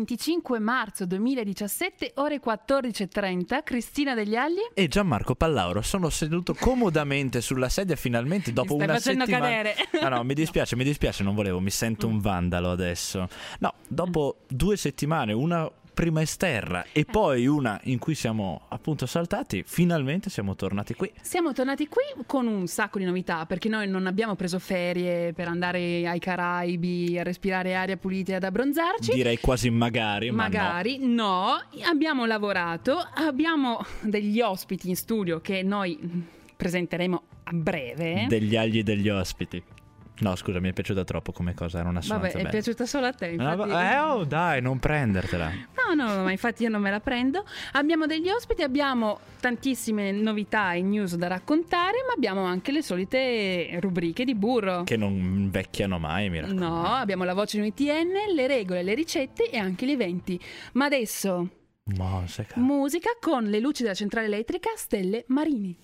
25 marzo 2017, ore 14:30. Cristina Degli Agli e Gianmarco Pallauro. Sono seduto comodamente sulla sedia finalmente dopo una settimana. Cadere. No, mi dispiace, non volevo, mi sento un vandalo adesso. No, dopo 2 settimane, una prima esterra e poi una in cui siamo appunto saltati, finalmente siamo tornati qui. Siamo tornati qui con un sacco di novità, perché noi non abbiamo preso ferie per andare ai Caraibi a respirare aria pulita e ad abbronzarci. Direi quasi magari, ma no. Abbiamo lavorato, abbiamo degli ospiti in studio che noi presenteremo a breve. Degli agli degli ospiti. No, scusa, mi è piaciuta troppo come cosa, era una sonata bella. È piaciuta solo a te, infatti. Oh, dai, non prendertela. No, ma infatti io non me la prendo. Abbiamo degli ospiti, abbiamo tantissime novità e news da raccontare, ma abbiamo anche le solite rubriche di burro. Che non invecchiano mai, mi raccomando. No, abbiamo la voce di un ITN, le regole, le ricette e anche gli eventi. Ma adesso... Musica con le luci della centrale elettrica, stelle marine.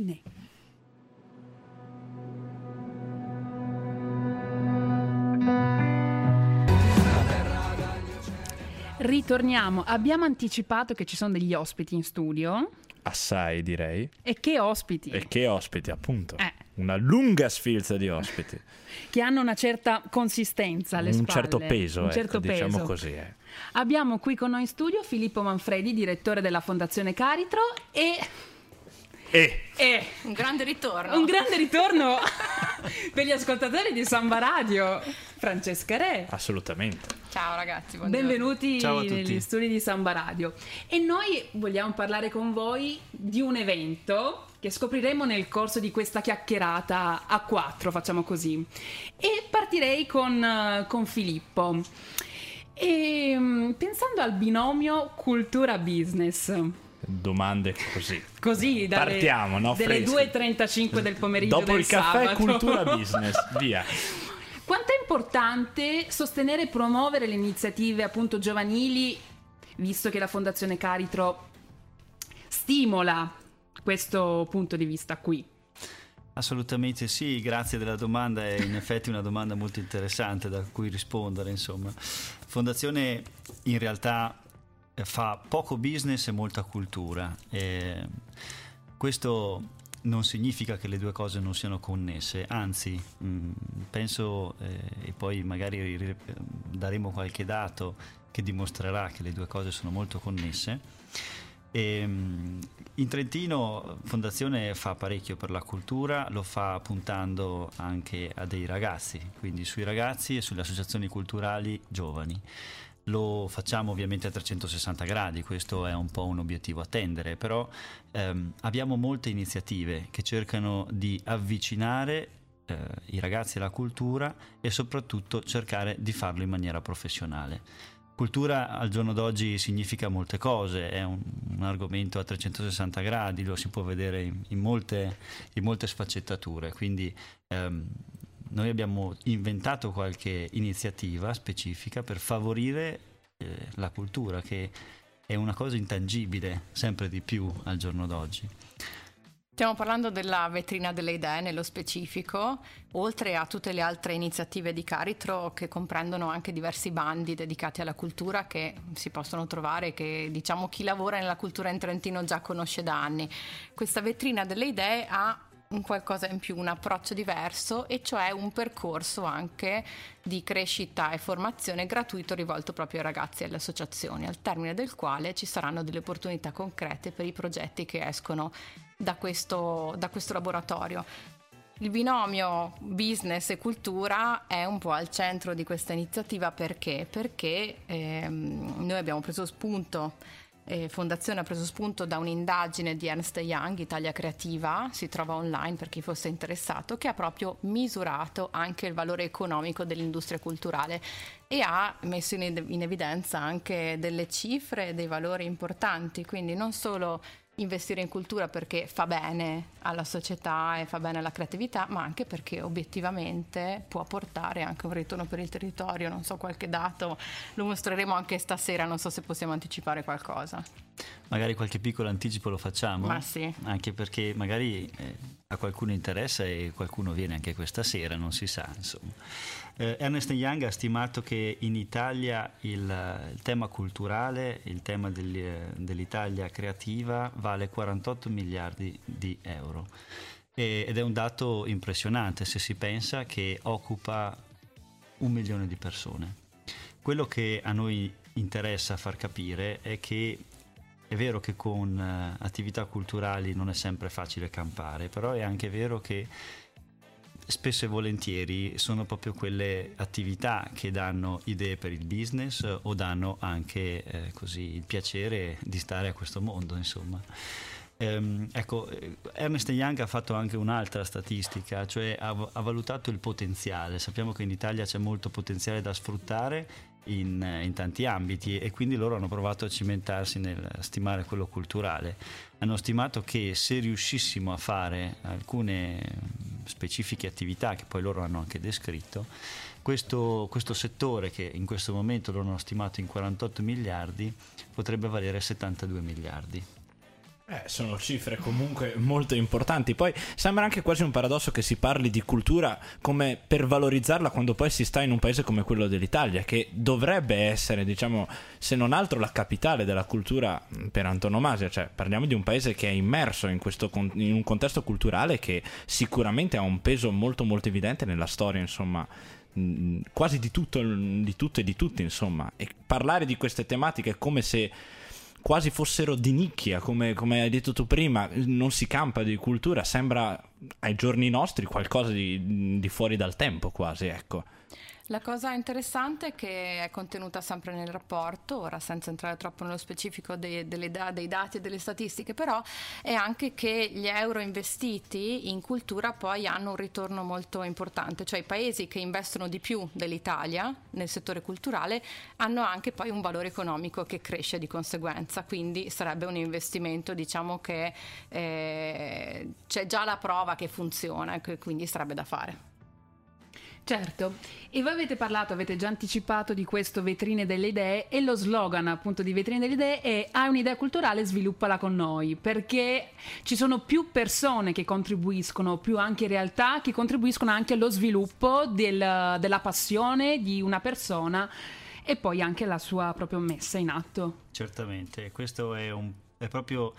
Ritorniamo, abbiamo anticipato che ci sono degli ospiti in studio. Assai, direi. E che ospiti, appunto. Una lunga sfilza di ospiti. Che hanno una certa consistenza alle spalle. Un certo peso, diciamo peso. Così. Abbiamo qui con noi in studio Filippo Manfredi, direttore della Fondazione Caritro e un grande ritorno. Un grande ritorno per gli ascoltatori di Samba Radio, Francesca Re. Assolutamente. Ciao ragazzi, buongiorno. Benvenuti negli studi di Samba Radio. E noi vogliamo parlare con voi di un evento che scopriremo nel corso di questa chiacchierata a 4, facciamo così. E partirei con Filippo. E, pensando al binomio cultura-business... Domande così dalle, partiamo, no? Delle 2:35 del pomeriggio dopo del il caffè sabato. Cultura business, via. Quanto è importante sostenere e promuovere le iniziative appunto giovanili, visto che la Fondazione Caritro stimola questo punto di vista qui? Assolutamente sì, grazie della domanda, è in effetti una domanda molto interessante da cui rispondere, insomma. Fondazione in realtà fa poco business e molta cultura. Questo non significa che le due cose non siano connesse, anzi penso, e poi magari daremo qualche dato che dimostrerà che le due cose sono molto connesse. In Trentino Fondazione fa parecchio per la cultura, lo fa puntando anche a dei ragazzi, quindi sui ragazzi e sulle associazioni culturali giovani. Lo facciamo ovviamente a 360 gradi, questo è un po' un obiettivo a tendere, però abbiamo molte iniziative che cercano di avvicinare i ragazzi alla cultura e soprattutto cercare di farlo in maniera professionale. Cultura al giorno d'oggi significa molte cose, è un argomento a 360 gradi, lo si può vedere in molte sfaccettature, quindi noi abbiamo inventato qualche iniziativa specifica per favorire la cultura, che è una cosa intangibile sempre di più al giorno d'oggi. Stiamo parlando della vetrina delle idee nello specifico, oltre a tutte le altre iniziative di Caritro che comprendono anche diversi bandi dedicati alla cultura che si possono trovare, che diciamo chi lavora nella cultura in Trentino già conosce da anni. Questa vetrina delle idee ha un qualcosa in più, un approccio diverso, e cioè un percorso anche di crescita e formazione gratuito rivolto proprio ai ragazzi e alle associazioni, al termine del quale ci saranno delle opportunità concrete per i progetti che escono da questo laboratorio. Il binomio business e cultura è un po' al centro di questa iniziativa perché noi abbiamo preso spunto, Fondazione ha preso spunto da un'indagine di Ernst & Young, Italia Creativa, si trova online per chi fosse interessato, che ha proprio misurato anche il valore economico dell'industria culturale e ha messo in evidenza anche delle cifre, dei valori importanti, quindi non solo investire in cultura perché fa bene alla società e fa bene alla creatività, ma anche perché obiettivamente può portare anche un ritorno per il territorio. Non so, qualche dato lo mostreremo anche stasera, non so se possiamo anticipare qualcosa. Magari qualche piccolo anticipo lo facciamo, ma sì, anche perché magari a qualcuno interessa e qualcuno viene anche questa sera, non si sa, insomma. Ernst & Young ha stimato che in Italia il tema culturale, il tema dell'Italia creativa vale 48 miliardi di euro ed è un dato impressionante se si pensa che occupa 1 milione di persone. Quello che a noi interessa far capire è che è vero che con attività culturali non è sempre facile campare, però è anche vero che spesso e volentieri sono proprio quelle attività che danno idee per il business o danno anche così il piacere di stare a questo mondo, insomma. Ecco, Ernst & Young ha fatto anche un'altra statistica, cioè ha valutato il potenziale. Sappiamo che in Italia c'è molto potenziale da sfruttare in tanti ambiti e quindi loro hanno provato a cimentarsi nel stimare quello culturale. Hanno stimato che se riuscissimo a fare alcune specifiche attività che poi loro hanno anche descritto, questo settore, che in questo momento loro hanno stimato in 48 miliardi, potrebbe valere 72 miliardi. Sono cifre comunque molto importanti. Poi sembra anche quasi un paradosso che si parli di cultura come per valorizzarla quando poi si sta in un paese come quello dell'Italia, che dovrebbe essere, diciamo, se non altro la capitale della cultura per antonomasia. Cioè parliamo di un paese che è immerso in un contesto culturale che sicuramente ha un peso molto molto evidente nella storia, insomma, quasi di tutto e di tutti, insomma. E parlare di queste tematiche come se quasi fossero di nicchia, come hai detto tu prima, non si campa di cultura, sembra ai giorni nostri qualcosa di fuori dal tempo quasi, ecco. La cosa interessante è che è contenuta sempre nel rapporto, ora senza entrare troppo nello specifico dei dati e delle statistiche, però è anche che gli euro investiti in cultura poi hanno un ritorno molto importante, cioè i paesi che investono di più dell'Italia nel settore culturale hanno anche poi un valore economico che cresce di conseguenza, quindi sarebbe un investimento, diciamo, che c'è già la prova che funziona, quindi sarebbe da fare. Certo, e voi avete già anticipato di questo Vetrine delle Idee, e lo slogan appunto di Vetrine delle Idee è: hai un'idea culturale, sviluppala con noi, perché ci sono più persone che contribuiscono, più anche realtà che contribuiscono anche allo sviluppo della passione di una persona e poi anche la sua proprio messa in atto. Certamente, questo è proprio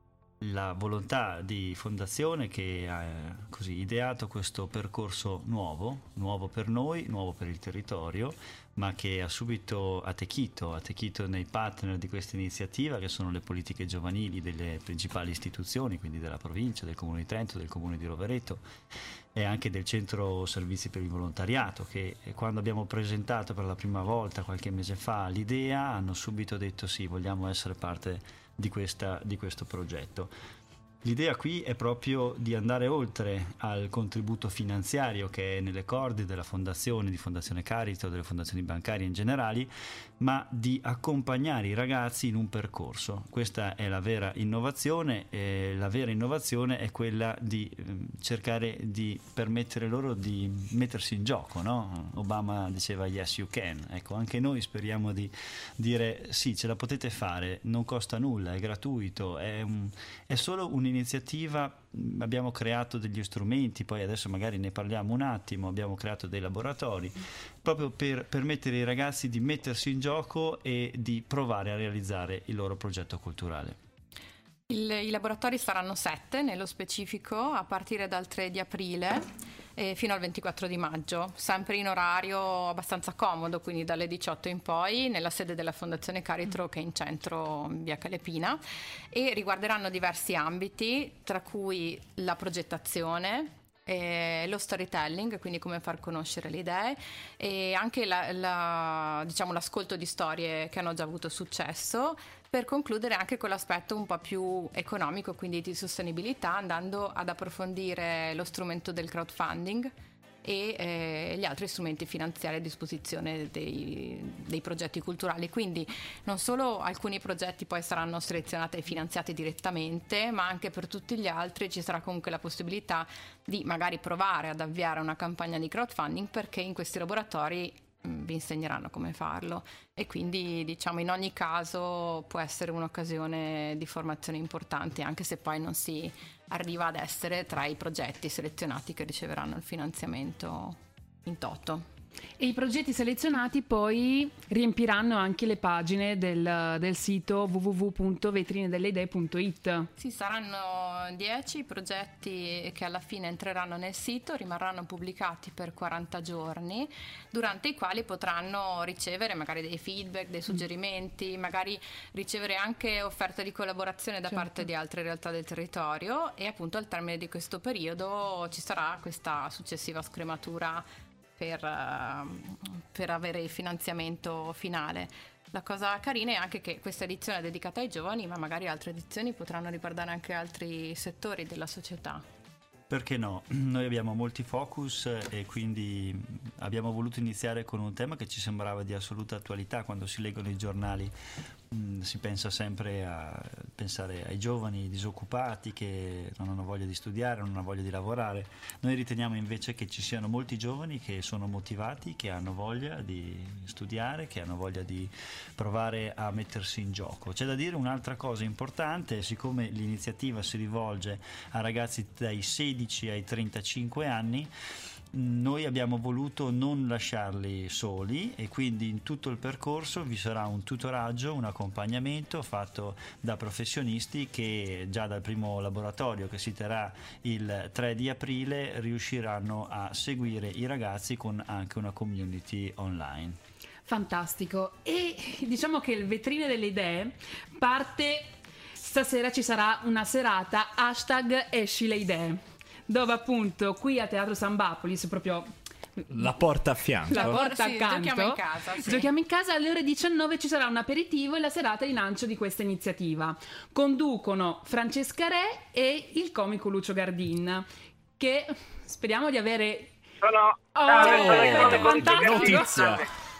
la volontà di fondazione che ha così ideato questo percorso nuovo per noi, nuovo per il territorio, ma che ha subito attecchito nei partner di questa iniziativa, che sono le politiche giovanili delle principali istituzioni, quindi della provincia, del Comune di Trento, del Comune di Rovereto e anche del Centro Servizi per il Volontariato, che quando abbiamo presentato per la prima volta qualche mese fa l'idea hanno subito detto sì, vogliamo essere parte di questo progetto. L'idea qui è proprio di andare oltre al contributo finanziario che è nelle corde della fondazione, di Fondazione Carito, delle fondazioni bancarie in generale, ma di accompagnare i ragazzi in un percorso. Questa è la vera innovazione, e la vera innovazione è quella di cercare di permettere loro di mettersi in gioco, no? Obama diceva yes you can, ecco, anche noi speriamo di dire sì, ce la potete fare, non costa nulla, è gratuito, è solo un'iniziativa. Abbiamo creato degli strumenti, poi adesso magari ne parliamo un attimo, abbiamo creato dei laboratori proprio per permettere ai ragazzi di mettersi in gioco e di provare a realizzare il loro progetto culturale. I laboratori saranno 7 nello specifico, a partire dal 3 di aprile fino al 24 di maggio, sempre in orario abbastanza comodo, quindi dalle 18 in poi, nella sede della Fondazione Caritro che è in centro in via Calepina, e riguarderanno diversi ambiti, tra cui la progettazione, lo storytelling, quindi come far conoscere le idee, e anche diciamo, l'ascolto di storie che hanno già avuto successo, per concludere anche con l'aspetto un po' più economico, quindi di sostenibilità, andando ad approfondire lo strumento del crowdfunding e gli altri strumenti finanziari a disposizione dei progetti culturali. Quindi non solo alcuni progetti poi saranno selezionati e finanziati direttamente, ma anche per tutti gli altri ci sarà comunque la possibilità di magari provare ad avviare una campagna di crowdfunding, perché in questi laboratori vi insegneranno come farlo, e quindi diciamo in ogni caso può essere un'occasione di formazione importante, anche se poi non si arriva ad essere tra i progetti selezionati che riceveranno il finanziamento in toto. E i progetti selezionati poi riempiranno anche le pagine del sito www.vetrinedelleidee.it. Sì, saranno 10 progetti che alla fine entreranno nel sito, rimarranno pubblicati per 40 giorni, durante i quali potranno ricevere magari dei feedback, dei suggerimenti, magari ricevere anche offerte di collaborazione da parte di altre realtà del territorio, e appunto al termine di questo periodo ci sarà questa successiva scrematura per avere il finanziamento finale. La cosa carina è anche che questa edizione è dedicata ai giovani, ma magari altre edizioni potranno riguardare anche altri settori della società. Perché no? Noi abbiamo molti focus e quindi abbiamo voluto iniziare con un tema che ci sembrava di assoluta attualità. Quando si leggono i giornali si pensa sempre a pensare ai giovani disoccupati che non hanno voglia di studiare, non hanno voglia di lavorare. Noi riteniamo invece che ci siano molti giovani che sono motivati, che hanno voglia di studiare, che hanno voglia di provare a mettersi in gioco. C'è da dire un'altra cosa importante: siccome l'iniziativa si rivolge a ragazzi dai 16 ai 35 anni, noi abbiamo voluto non lasciarli soli, e quindi in tutto il percorso vi sarà un tutoraggio, un accompagnamento fatto da professionisti che già dal primo laboratorio, che si terrà il 3 di aprile, riusciranno a seguire i ragazzi con anche una community online. Fantastico. E diciamo che il Vetrine delle Idee parte stasera, ci sarà una serata #EsciLeIdee, dove appunto qui a Teatro San Bapolis, proprio la porta a fianco, la porta Sì, accanto, giochiamo in casa, sì. Giochiamo in casa. Alle ore 19 ci sarà un aperitivo e la serata di lancio di questa iniziativa. Conducono Francesca Re e il comico Lucio Gardin, che speriamo di avere... Sono fantastico. notizia.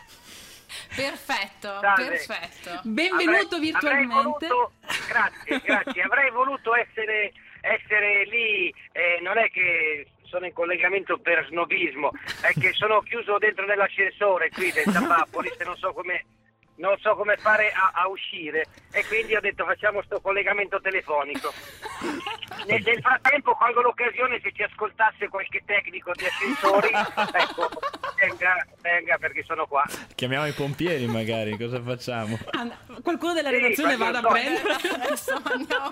Perfetto, Salve. perfetto. Benvenuto virtualmente. Grazie. Avrei voluto essere lì, non è che sono in collegamento per snobismo, è che sono chiuso dentro nell'ascensore qui del San Bapolis e non so come fare a uscire, e quindi ho detto facciamo sto collegamento telefonico. Nel frattempo colgo l'occasione, se ci ascoltasse qualche tecnico di ascensori, ecco, venga perché sono qua. Chiamiamo i pompieri magari, cosa facciamo? Qualcuno della Sì, redazione ma vada a non so. prendere. Adesso andiamo.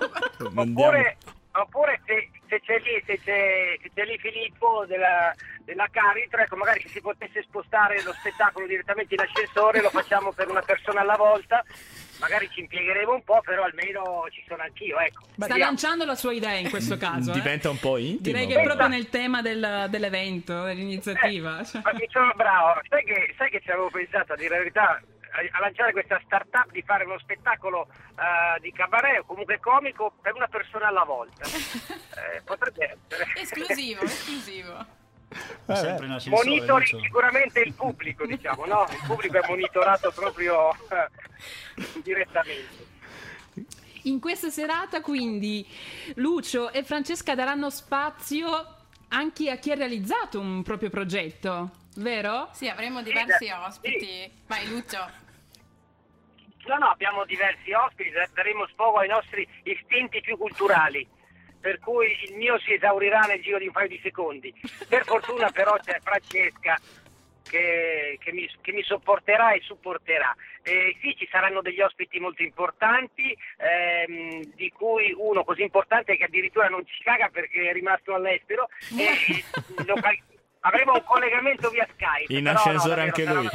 Oppure se c'è lì Filippo della Caritra, ecco, magari se si potesse spostare lo spettacolo direttamente in ascensore, lo facciamo per una persona alla volta, magari ci impiegheremo un po', però almeno ci sono anch'io, ecco. Sta lanciando la sua idea in questo caso. Diventa un po' intimo. Direi che è proprio nel tema dell'evento, dell'iniziativa. Ma che sono bravo, sai che ci avevo pensato, a dire la verità, a lanciare questa startup di fare uno spettacolo di cabaret o comunque comico per una persona alla volta. Potrebbe essere Esclusivo. Sempre in ascensore, monitori Lucio. sicuramente il pubblico, diciamo, no? Il pubblico è monitorato proprio direttamente. In questa serata quindi Lucio e Francesca daranno spazio anche a chi ha realizzato un proprio progetto, vero? Sì, avremo diversi Sì. ospiti. Vai Lucio. No, abbiamo diversi ospiti, daremo sfogo ai nostri istinti più culturali, per cui il mio si esaurirà nel giro di un paio di secondi. Per fortuna però c'è Francesca che mi sopporterà e supporterà. Sì, ci saranno degli ospiti molto importanti, di cui uno così importante che addirittura non ci caga perché è rimasto all'estero. Avremo un collegamento via Skype. In però ascensore no, anche davvero, lui.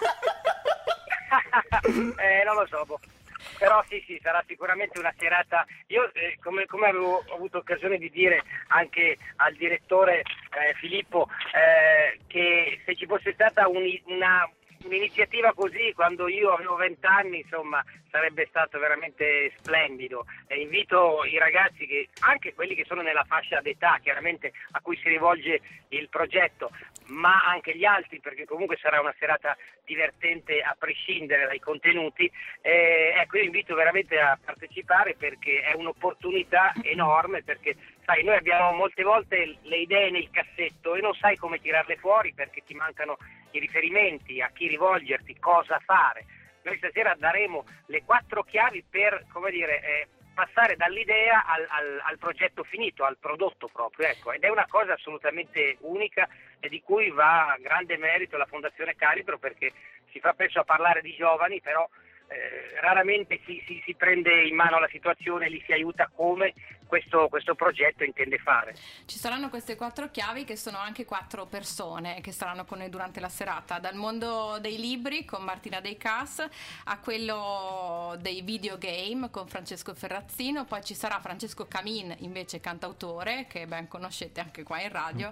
non lo so, però sì, sarà sicuramente una serata. Io come avevo avuto occasione di dire anche al direttore Filippo, che se ci fosse stata un'iniziativa così quando io avevo 20 anni, insomma, sarebbe stato veramente splendido. E invito i ragazzi, anche quelli che sono nella fascia d'età chiaramente a cui si rivolge il progetto, ma anche gli altri, perché comunque sarà una serata divertente a prescindere dai contenuti. Ecco, io invito veramente a partecipare perché è un'opportunità enorme, perché sai, noi abbiamo molte volte le idee nel cassetto e non sai come tirarle fuori perché ti mancano i riferimenti, a chi rivolgerti, cosa fare. Noi stasera daremo le 4 chiavi per, come dire, passare dall'idea al progetto finito, al prodotto proprio, ecco. Ed è una cosa assolutamente unica e di cui va grande merito la Fondazione Caritro, perché si fa spesso a parlare di giovani, però raramente si prende in mano la situazione e li si aiuta come questo progetto intende fare. Ci saranno queste 4 chiavi che sono anche 4 persone che saranno con noi durante la serata, dal mondo dei libri con Martina Dei Cas a quello dei videogame con Francesco Ferrazzino, poi ci sarà Francesco Camin invece cantautore che ben conoscete anche qua in radio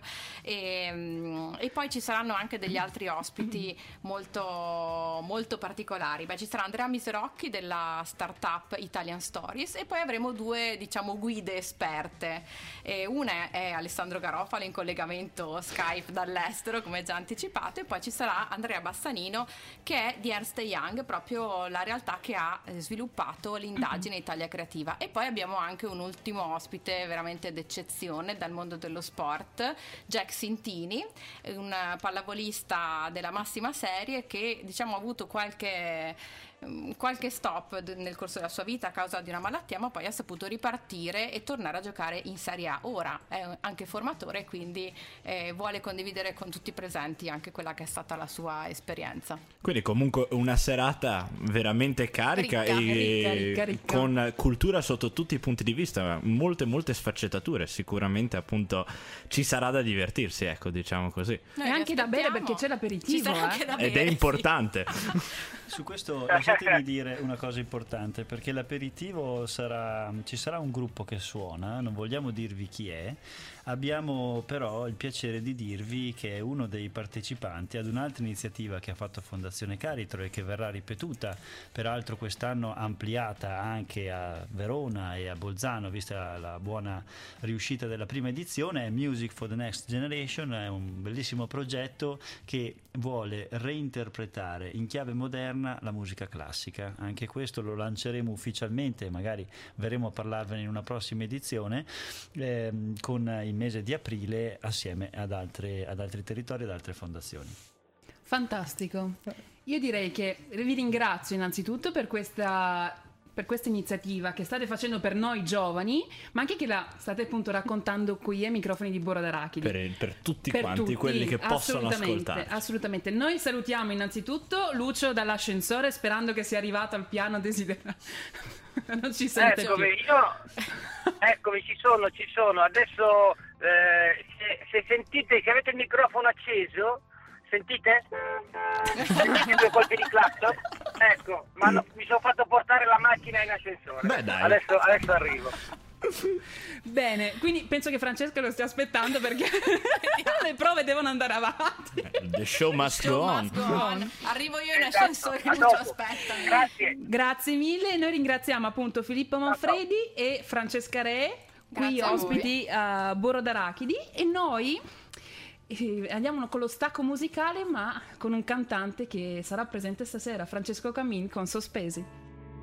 e poi ci saranno anche degli altri ospiti molto, molto particolari. Ci sarà Andrea Miserocchi della startup Italian Stories e poi avremo 2 guide esperte. Una è Alessandro Garofalo in collegamento Skype dall'estero, come già anticipato, e poi ci sarà Andrea Bassanino che è di Ernst & Young, proprio la realtà che ha sviluppato l'indagine Italia Creativa. E poi abbiamo anche un ultimo ospite veramente d'eccezione dal mondo dello sport, Jack Sintini, un pallavolista della massima serie che ha avuto qualche stop nel corso della sua vita a causa di una malattia, ma poi ha saputo ripartire e tornare a giocare in Serie A. Ora è anche formatore, quindi vuole condividere con tutti i presenti anche quella che è stata la sua esperienza. Quindi comunque una serata veramente carica ricca. Con cultura sotto tutti i punti di vista, molte sfaccettature. Sicuramente appunto ci sarà da divertirsi, ecco, diciamo così. E anche da bere, perché c'è l'aperitivo, ed è importante. Su questo lasciatemi dire una cosa importante, perché l'aperitivo ci sarà un gruppo che suona, non vogliamo dirvi chi è, abbiamo però il piacere di dirvi che è uno dei partecipanti ad un'altra iniziativa che ha fatto Fondazione Caritro e che verrà ripetuta peraltro quest'anno, ampliata anche a Verona e a Bolzano vista la buona riuscita della prima edizione. È Music for the Next Generation, è un bellissimo progetto che vuole reinterpretare in chiave moderna la musica classica. Anche questo lo lanceremo ufficialmente, magari verremo a parlarvene in una prossima edizione con il mese di aprile assieme ad altri territori, ad altre fondazioni. Fantastico. Io direi che vi ringrazio innanzitutto per questa iniziativa che state facendo per noi giovani, ma anche che la state appunto raccontando qui ai microfoni di Burro d'Arachidi. Per tutti quanti quelli che possono ascoltare. Assolutamente. Noi salutiamo innanzitutto Lucio dall'ascensore, sperando che sia arrivato al piano desiderato. Non ci sente Eccomi, ci sono. Adesso se sentite, se avete il microfono acceso, sentite? Sentite 2 colpi di clacson? Ecco, ma mi sono fatto portare la macchina in ascensore. Beh, dai. Adesso arrivo. Bene, quindi penso che Francesca lo stia aspettando perché le prove devono andare avanti. The show must go on. Arrivo io in ascensore, non ci aspetta. Grazie mille. Noi ringraziamo appunto Filippo Manfredi e Francesca Re, qui ospiti a Burro d'Arachidi, e noi andiamo con lo stacco musicale, ma con un cantante che sarà presente stasera, Francesco Camin con Sospesi.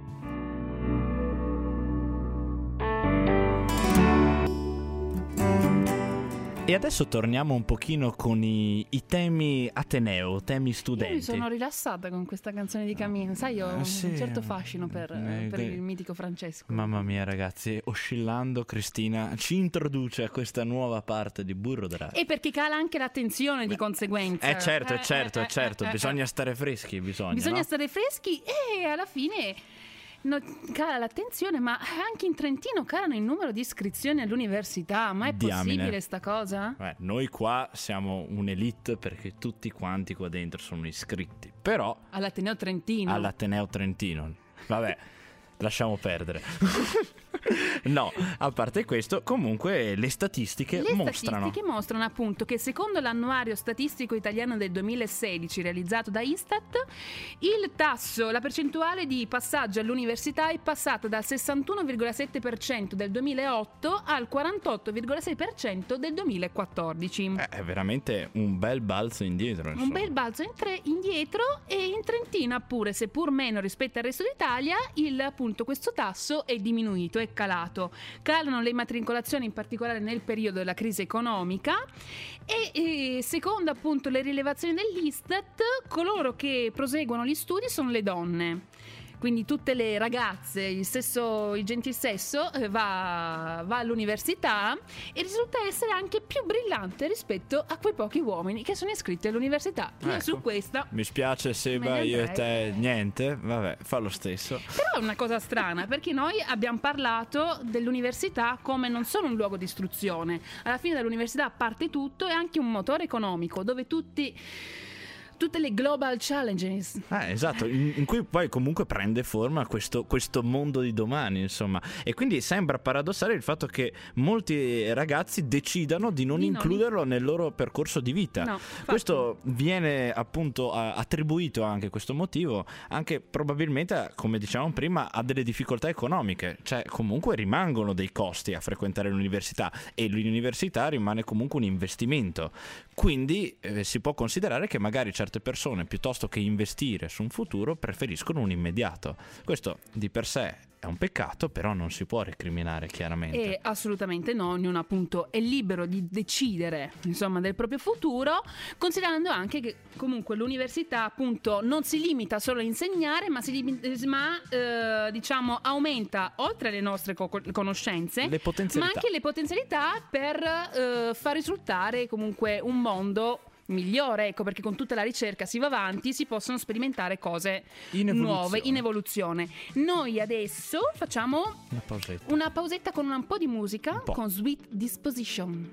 E adesso torniamo un pochino con i temi Ateneo, temi studenti. Io mi sono rilassata con questa canzone di Camin, sai, io ho un certo fascino per il mitico Francesco. Mamma mia ragazzi, oscillando Cristina ci introduce a questa nuova parte di Burro d'Arachidi. E perché cala anche l'attenzione di conseguenza. Certo, bisogna stare freschi, bisogna stare freschi e alla fine cala l'attenzione, ma anche in Trentino calano il numero di iscrizioni all'università. Ma è possibile sta cosa? Noi qua siamo un'elite perché tutti quanti qua dentro sono iscritti, però all'Ateneo Trentino. Vabbè, lasciamo perdere. No, a parte questo, comunque le statistiche mostrano appunto che secondo l'annuario statistico italiano del 2016 realizzato da Istat, la percentuale di passaggio all'università è passata dal 61,7% del 2008 al 48,6% del 2014. È veramente un bel balzo indietro, insomma. Un bel balzo indietro, e in Trentino pure, seppur meno rispetto al resto d'Italia, appunto questo tasso è diminuito, è calato. Calano le immatricolazioni, in particolare nel periodo della crisi economica, e secondo appunto le rilevazioni dell'Istat, coloro che proseguono gli studi sono le donne. Quindi tutte le ragazze, il gentilsesso va all'università e risulta essere anche più brillante rispetto a quei pochi uomini che sono iscritti all'università. Io su questa mi spiace Seba, io e te niente, vabbè, fa lo stesso. Però è una cosa strana, perché noi abbiamo parlato dell'università come non solo un luogo di istruzione. Alla fine dall'università parte tutto, è anche un motore economico dove tutte le global challenges. Esatto, in cui poi comunque prende forma questo mondo di domani, insomma. E quindi sembra paradossale il fatto che molti ragazzi decidano di non includerlo nel loro percorso di vita. No, questo viene appunto attribuito anche questo motivo, anche probabilmente, come dicevamo prima, a delle difficoltà economiche. Cioè comunque rimangono dei costi a frequentare l'università e l'università rimane comunque un investimento. Quindi si può considerare che magari certe persone, piuttosto che investire su un futuro, preferiscono un immediato. Questo di per sé è un peccato, però non si può recriminare, chiaramente. Assolutamente no, ognuno appunto è libero di decidere, insomma, del proprio futuro, considerando anche che comunque l'università appunto non si limita solo a insegnare, ma diciamo aumenta, oltre alle nostre conoscenze, le potenzialità, ma anche le potenzialità per far risultare comunque un mondo migliore, ecco, perché con tutta la ricerca si va avanti, si possono sperimentare cose nuove in evoluzione. Noi adesso facciamo una pausetta con un po' di musica, con Sweet Disposition.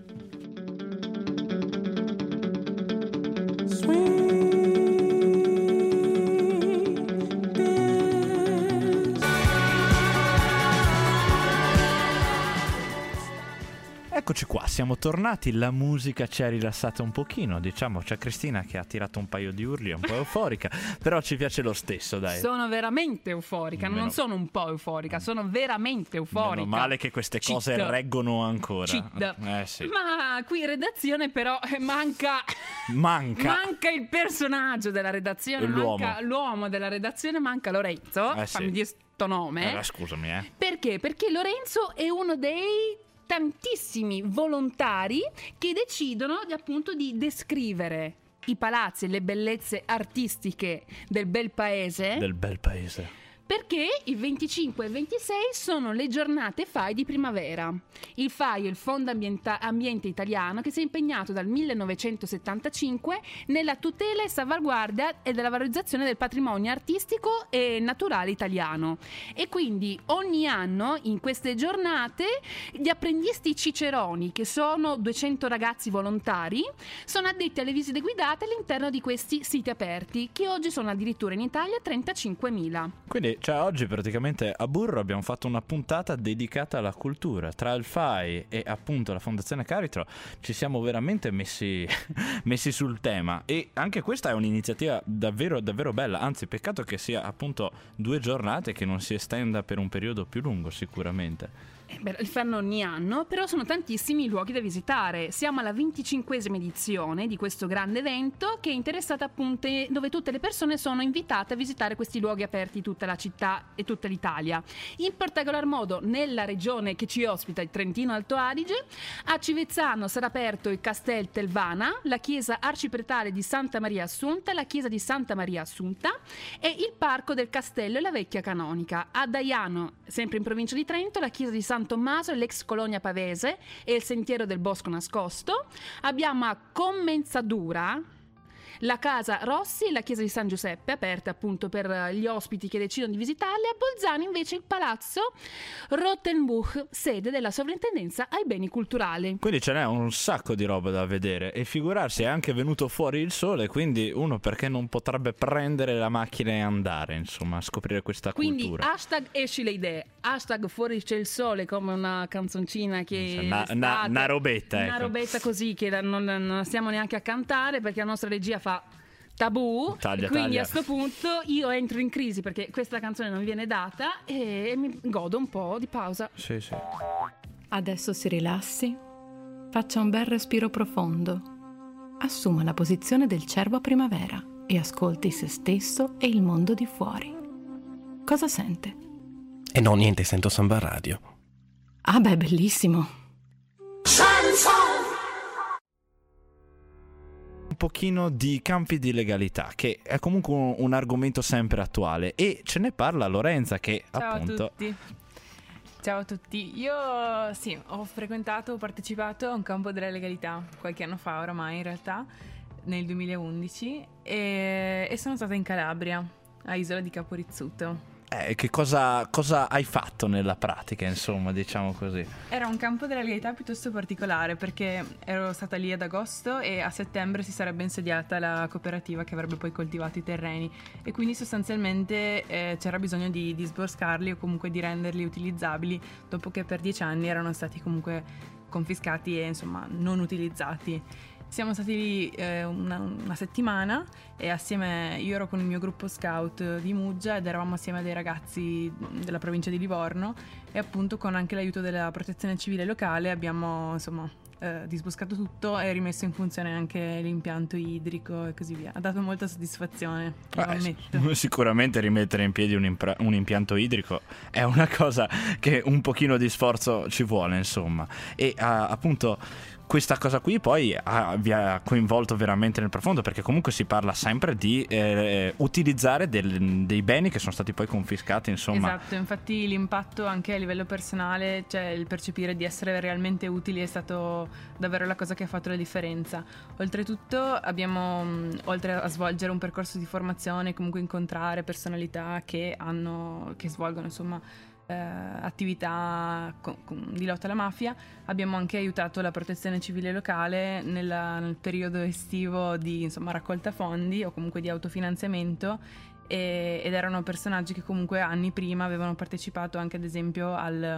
Eccoci qua, siamo tornati, la musica ci ha rilassato un pochino, diciamo, c'è Cristina che ha tirato un paio di urli, è un po' euforica, però ci piace lo stesso, dai. Sono veramente euforica, non sono un po' euforica, sono veramente euforica. Meno male che queste cose reggono ancora. Sì. Ma qui in redazione però manca il personaggio della redazione, manca l'uomo della redazione, manca Lorenzo, fammi dire sto nome. Scusami, Perché? Perché Lorenzo è uno dei tantissimi volontari che decidono appunto di descrivere i palazzi e le bellezze artistiche del bel paese. Perché il 25 e il 26 sono le giornate FAI di primavera. Il FAI è il Fondo Ambiente Italiano che si è impegnato dal 1975 nella tutela e salvaguardia e della valorizzazione del patrimonio artistico e naturale italiano. E quindi ogni anno in queste giornate gli apprendisti ciceroni, che sono 200 ragazzi volontari, sono addetti alle visite guidate all'interno di questi siti aperti, che oggi sono addirittura in Italia 35.000. Quindi oggi praticamente a Burro abbiamo fatto una puntata dedicata alla cultura. Tra il FAI e appunto la Fondazione Caritro ci siamo veramente messi sul tema, e anche questa è un'iniziativa davvero davvero bella, anzi peccato che sia appunto 2 giornate, che non si estenda per un periodo più lungo sicuramente. Li fanno ogni anno, però sono tantissimi i luoghi da visitare. Siamo alla 25esima edizione di questo grande evento, che è interessata appunto, dove tutte le persone sono invitate a visitare questi luoghi aperti, tutta la città e tutta l'Italia. In particolar modo nella regione che ci ospita, il Trentino Alto Adige. A Civezzano sarà aperto il Castel Telvana, la chiesa arcipretale di Santa Maria Assunta, la chiesa di Santa Maria Assunta e il Parco del Castello e la Vecchia Canonica. A Daiano, sempre in provincia di Trento, la chiesa di San Tommaso e l'ex colonia pavese e il sentiero del Bosco Nascosto. Abbiamo a Commenzadura la casa Rossi e la chiesa di San Giuseppe, aperte appunto per gli ospiti che decidono di visitarle. A Bolzano invece il palazzo Rottenbuch, sede della sovrintendenza ai beni culturali. Quindi ce n'è un sacco di roba da vedere, e figurarsi è anche venuto fuori il sole, quindi uno perché non potrebbe prendere la macchina e andare, insomma, a scoprire questa cultura. Quindi #esci le idee, #fuori c'è il sole, come una canzoncina che una robetta, una robetta così che non stiamo neanche a cantare perché la nostra regia fa tabù, quindi a sto punto io entro in crisi perché questa canzone non viene data e mi godo un po' di pausa. Sì. Adesso si rilassi, faccia un bel respiro profondo, assuma la posizione del cervo a primavera e ascolti se stesso e il mondo di fuori. Cosa sente? E no, niente, sento Samba Radio. Ah beh, bellissimo. Un pochino di campi di legalità, che è comunque un argomento sempre attuale, e ce ne parla Lorenza, che Ciao appunto... a tutti. Ciao a tutti. Io sì, ho partecipato a un campo della legalità qualche anno fa oramai, in realtà, nel 2011, e sono stata in Calabria, a Isola di Caporizzuto. Che cosa hai fatto nella pratica, insomma, diciamo così? Era un campo della legalità piuttosto particolare, perché ero stata lì ad agosto e a settembre si sarebbe insediata la cooperativa che avrebbe poi coltivato i terreni, e quindi sostanzialmente c'era bisogno di sboscarli o comunque di renderli utilizzabili, dopo che per 10 anni erano stati comunque confiscati e insomma non utilizzati. Siamo stati lì una settimana, e io ero con il mio gruppo scout di Muggia ed eravamo assieme a dei ragazzi della provincia di Livorno, e appunto con anche l'aiuto della protezione civile locale abbiamo insomma disboscato tutto e rimesso in funzione anche l'impianto idrico e così via. Ha dato molta soddisfazione, lo ammetto. Sicuramente rimettere in piedi un impianto idrico è una cosa che un pochino di sforzo ci vuole, insomma, e appunto questa cosa qui poi vi ha coinvolto veramente nel profondo, perché comunque si parla sempre di utilizzare dei beni che sono stati poi confiscati, insomma. Esatto, infatti l'impatto anche a livello personale, cioè il percepire di essere realmente utili, è stato davvero la cosa che ha fatto la differenza. Oltretutto abbiamo, oltre a svolgere un percorso di formazione, comunque incontrare personalità che svolgono insomma attività di lotta alla mafia. Abbiamo anche aiutato la protezione civile locale nel periodo estivo di insomma raccolta fondi o comunque di autofinanziamento, ed erano personaggi che comunque anni prima avevano partecipato anche ad esempio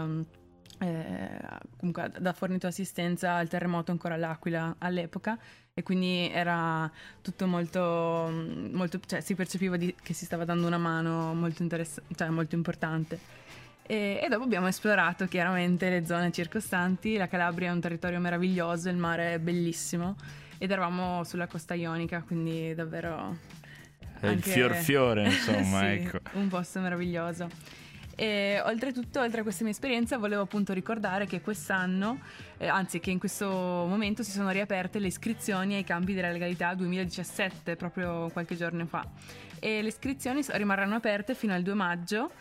comunque da fornito assistenza al terremoto ancora all'Aquila all'epoca, e quindi era tutto molto, cioè si percepiva che si stava dando una mano molto cioè molto importante. E dopo abbiamo esplorato chiaramente le zone circostanti. La Calabria è un territorio meraviglioso, il mare è bellissimo, ed eravamo sulla costa ionica, quindi davvero Il fiore insomma. sì, ecco, un posto meraviglioso. E oltretutto, oltre a questa mia esperienza, volevo appunto ricordare che quest'anno, anzi che in questo momento si sono riaperte le iscrizioni ai campi della legalità 2017, proprio qualche giorno fa, e le iscrizioni rimarranno aperte fino al 2 maggio.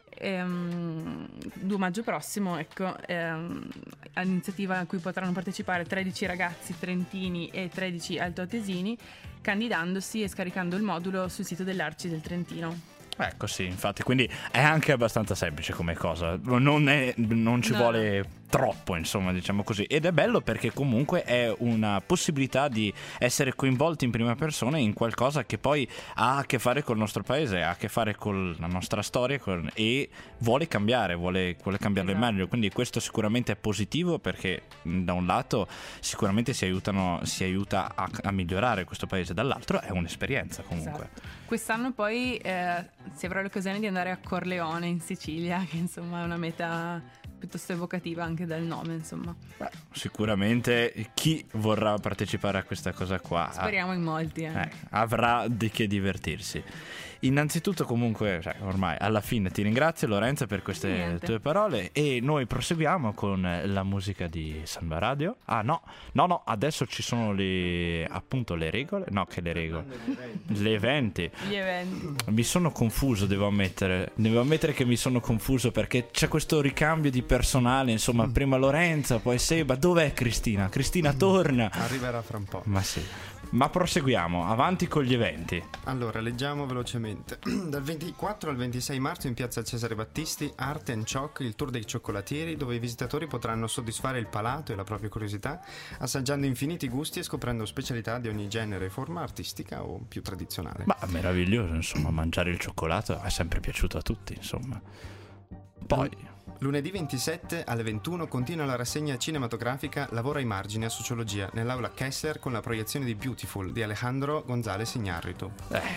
2 maggio prossimo, ecco, all'iniziativa a cui potranno partecipare 13 ragazzi trentini e 13 altoatesini, candidandosi e scaricando il modulo sul sito dell'Arci del Trentino. Ecco, sì, infatti, quindi è anche abbastanza semplice come cosa, non ci vuole troppo, insomma, diciamo così, ed è bello perché comunque è una possibilità di essere coinvolti in prima persona in qualcosa che poi ha a che fare col nostro paese, ha a che fare con la nostra storia, e vuole cambiarlo in meglio, quindi questo sicuramente è positivo, perché da un lato sicuramente si aiuta a migliorare questo paese, dall'altro è un'esperienza comunque. Esatto. Quest'anno poi si avrà l'occasione di andare a Corleone in Sicilia, che insomma è una meta piuttosto evocativa anche dal nome, insomma. Beh, sicuramente chi vorrà partecipare a questa cosa qua speriamo in molti avrà di che divertirsi. Innanzitutto comunque ormai alla fine ti ringrazio, Lorenza, per queste tue parole, e noi proseguiamo con la musica di Samba Radio. No, adesso ci sono le regole, gli eventi. Mi sono confuso, devo ammettere che mi sono confuso, perché c'è questo ricambio di personale, insomma, prima Lorenza, poi Seba. Dov'è Cristina? Cristina torna, arriverà fra un po'. Ma sì. Ma proseguiamo, avanti con gli eventi. Allora, leggiamo velocemente. Dal 24 al 26 marzo in piazza Cesare Battisti, Art and Choc, il tour dei cioccolatieri, dove i visitatori potranno soddisfare il palato e la propria curiosità, assaggiando infiniti gusti e scoprendo specialità di ogni genere e forma artistica o più tradizionale. Ma meraviglioso, insomma, mangiare il cioccolato è sempre piaciuto a tutti, insomma. Poi... Lunedì 27 alle 21 continua la rassegna cinematografica Lavoro ai margini a sociologia nell'aula Kessler, con la proiezione di Beautiful di Alejandro González Iñárritu.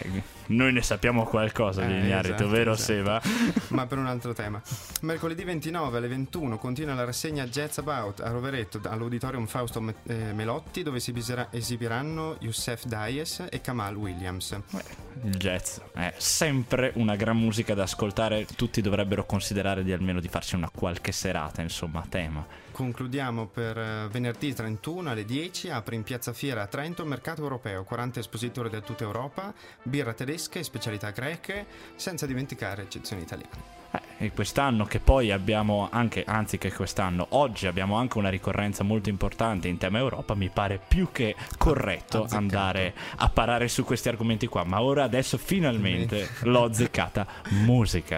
noi ne sappiamo qualcosa di Ignarito, vero Seba? Ma per un altro tema. Mercoledì 29 alle 21 continua la rassegna Jazz About a Rovereto all'Auditorium Fausto Melotti, dove si esibiranno Youssef Dayes e Kamal Williams. Il jazz è sempre una gran musica da ascoltare, tutti dovrebbero considerare di farsi una qualche serata, insomma, a tema. Concludiamo per venerdì 31 alle 10, apre in Piazza Fiera a Trento Mercato Europeo, 40 espositori da tutta Europa, birra tedesca e specialità greche, senza dimenticare eccezioni italiane. E quest'anno che poi abbiamo anche, anzi che quest'anno, oggi abbiamo anche una ricorrenza molto importante in tema Europa, mi pare più che corretto andare a parare su questi argomenti qua, ma ora adesso finalmente l'ho azzeccata, musica.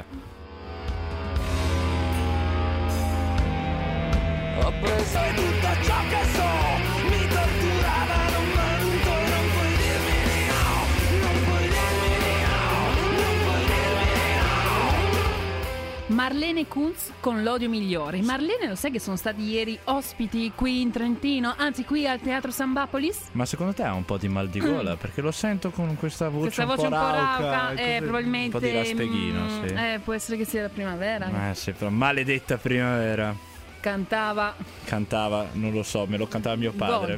Ho preso tutto ciò che so, mi torturava, non manco, non puoi dirmi di no, non puoi dirmi di no, non puoi dirmi di no. Marlene Kunz con L'odio migliore. Marlene, lo sai che sono stati ieri ospiti qui in Trentino, anzi qui al Teatro Sambapolis? Ma secondo te ha un po' di mal di gola? Perché lo sento con questa voce un po' rauca, così, probabilmente un po' di raspeghino, sì. Può essere che sia la primavera. Sì, maledetta primavera. Cantava, non lo so, me lo cantava mio padre.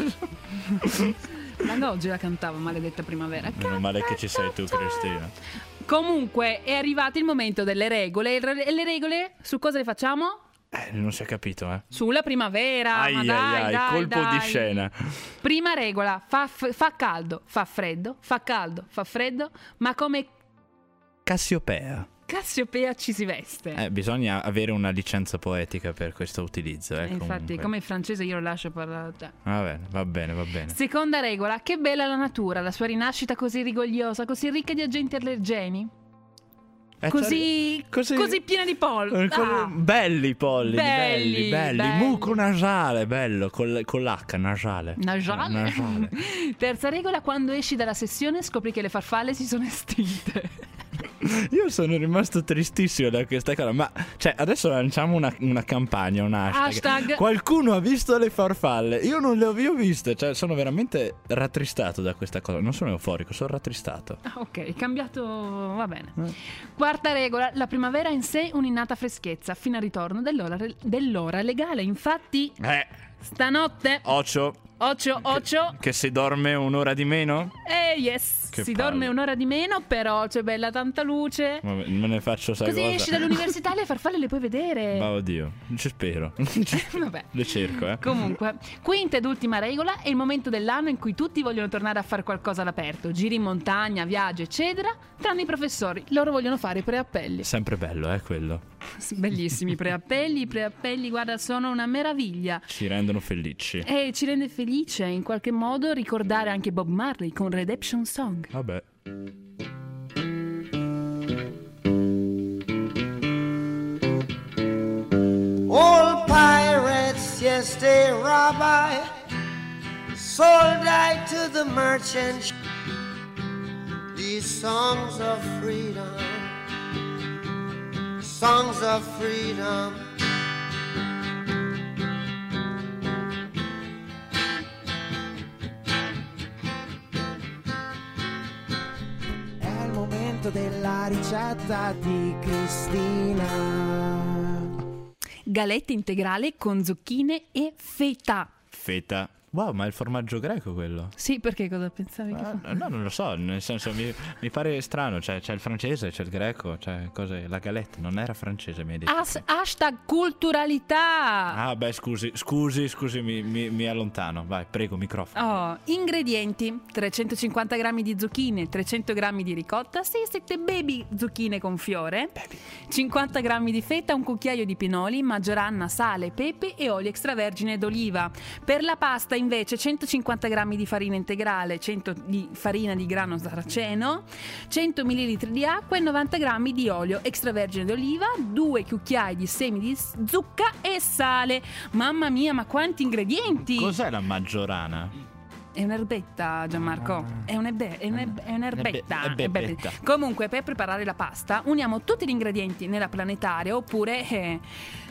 La Goggi la cantava, maledetta primavera. Meno male che ci sei tu, Cristina. Comunque è arrivato il momento delle regole. E le regole su cosa le facciamo? Non si è capito, Sulla primavera. Ma dai, colpo di scena. Prima regola, fa caldo, fa freddo, fa caldo, fa freddo, ma come Cassiopea ci si veste. Bisogna avere una licenza poetica per questo utilizzo. Infatti, comunque. come il francese io lo lascio parlare a te. Va bene. Seconda regola, che bella la natura, la sua rinascita così rigogliosa, così ricca di agenti allergeni. Così piena di polli. Belli i polli, belli. belli. Muco nasale, bello, con l'H, nasale. Terza regola, quando esci dalla sessione scopri che le farfalle si sono estinte. Io sono rimasto tristissimo da questa cosa. Ma adesso lanciamo una campagna, un hashtag. Qualcuno ha visto le farfalle? Io non le ho viste. Sono veramente rattristato da questa cosa. Non sono euforico, sono rattristato. Ok, cambiato, va bene. Quarta regola, la primavera ha in sé un'innata freschezza fino al ritorno dell'ora legale. Infatti stanotte Occhio che si dorme un'ora di meno? Yes, che si palle. dorme un'ora di meno, però c'è bella tanta luce. Vabbè, me ne faccio sai così cosa. Esci dall'università, le farfalle le puoi vedere. Ma oddio, ci spero. Vabbè. Le cerco, Comunque, quinta ed ultima regola, è il momento dell'anno in cui tutti vogliono tornare a fare qualcosa all'aperto, giri in montagna, viaggi eccetera, tranne i professori. Loro vogliono fare i preappelli. Sempre bello, quello. Bellissimi i preappelli, guarda, sono una meraviglia. Ci rendono felici. E ci rende felice in qualche modo ricordare anche Bob Marley con Redemption Song. Vabbè. All pirates, yes, they rob I, sold I to the merchant. These songs of freedom, songs of freedom. È il momento della ricetta di Cristina. Galette integrale con zucchine e feta. Feta. Wow, ma è il formaggio greco quello? Sì, perché cosa pensavi? No, non lo so, nel senso mi pare strano, c'è il francese, c'è il greco, la galette, non era francese, mi hai detto. Hashtag culturalità. Ah, beh, scusi, mi allontano, vai, prego, microfono. Ingredienti: 350 grammi di zucchine, 300 grammi di ricotta, 6-7 baby zucchine con fiore, 50 grammi di feta, un cucchiaio di pinoli, maggioranna, sale, pepe e olio extravergine d'oliva. Per la pasta invece 150 grammi di farina integrale, 100 di farina di grano saraceno, 100 ml di acqua e 90 grammi di olio extravergine d'oliva, 2 cucchiai di semi di zucca e sale. Mamma mia, ma quanti ingredienti! Cos'è la maggiorana? È un'erbetta, Gianmarco. È un'erbetta. Comunque, per preparare la pasta, uniamo tutti gli ingredienti nella planetaria oppure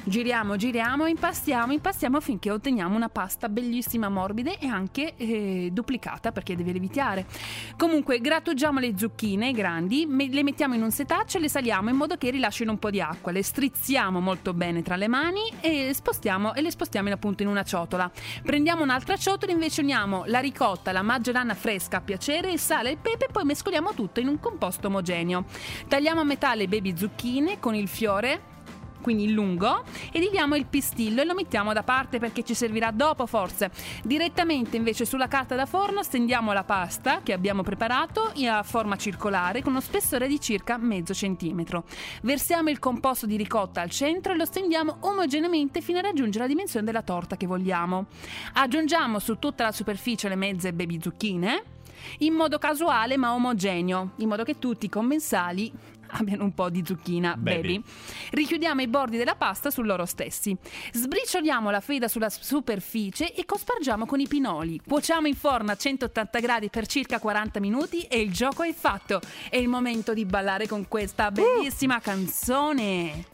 Giriamo, impastiamo finché otteniamo una pasta bellissima, morbida e anche duplicata, perché deve lievitare. Comunque grattugiamo le zucchine grandi, le mettiamo in un setaccio e le saliamo in modo che rilascino un po' di acqua. Le strizziamo molto bene tra le mani e le spostiamo appunto in una ciotola. Prendiamo un'altra ciotola, invece uniamo la ricotta, la maggiolana fresca a piacere, il sale e il pepe, poi mescoliamo tutto in un composto omogeneo. Tagliamo a metà le baby zucchine con il fiore, quindi il lungo, e diviamo il pistillo e lo mettiamo da parte perché ci servirà dopo forse. Direttamente invece sulla carta da forno stendiamo la pasta che abbiamo preparato a forma circolare con uno spessore di circa mezzo centimetro. Versiamo il composto di ricotta al centro e lo stendiamo omogeneamente fino a raggiungere la dimensione della torta che vogliamo. Aggiungiamo su tutta la superficie le mezze baby zucchine in modo casuale ma omogeneo, in modo che tutti i commensali abbiano un po' di zucchina baby. Richiudiamo i bordi della pasta su loro stessi. Sbricioliamo la feta sulla superficie e cospargiamo con i pinoli. Cuociamo in forno a 180 gradi per circa 40 minuti e il gioco è fatto. È il momento di ballare con questa bellissima canzone.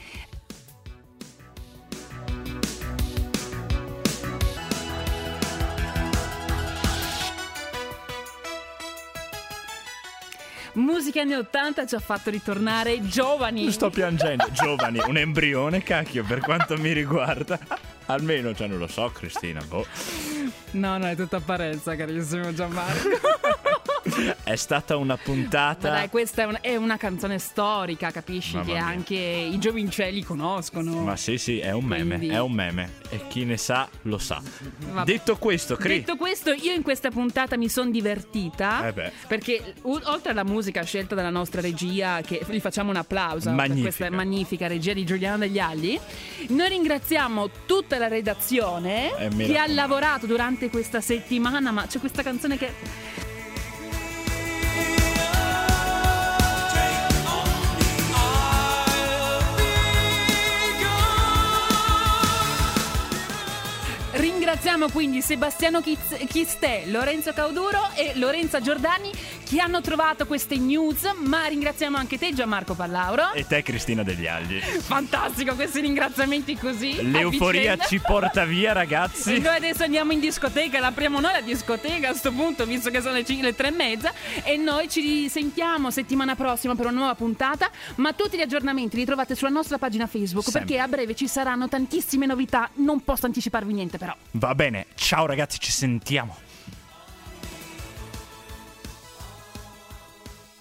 Musica anni 80 ci ha fatto ritornare giovani. Sto piangendo. Giovani, un embrione, cacchio, per quanto mi riguarda. Almeno, cioè, non lo so, Cristina, boh. No, è tutta apparenza, carissimo Gianmarco. È stata una puntata. Ma dai, questa è una canzone storica, capisci? Mamma che mia. anche i giovincelli conoscono. Ma sì, è un meme, Quindi- è un meme. E chi ne sa, lo sa. Vabbè. Detto questo, Detto questo, io in questa puntata mi sono divertita. Perché oltre alla musica scelta dalla nostra regia, che gli facciamo un applauso per Magnifica. questa magnifica regia di Giuliano Degli Agli, noi ringraziamo tutta la redazione mi che ha raccomando. lavorato durante questa settimana. Ma c'è questa canzone che ringraziamo quindi Sebastiano Chistè, Lorenzo Cauduro e Lorenza Giordani che hanno trovato queste news, ma ringraziamo anche te Gianmarco Pallauro. E te, Cristina Degli Agli. Fantastico questi ringraziamenti così. a L'euforia vicenda. ci porta via, ragazzi. E noi adesso andiamo in discoteca, l'apriamo noi la discoteca a sto punto, visto che sono le 3:30, e noi ci risentiamo settimana prossima per una nuova puntata, ma tutti gli aggiornamenti li trovate sulla nostra pagina Facebook, Sempre. perché a breve ci saranno tantissime novità, non posso anticiparvi niente però. Va bene, ciao ragazzi, ci sentiamo.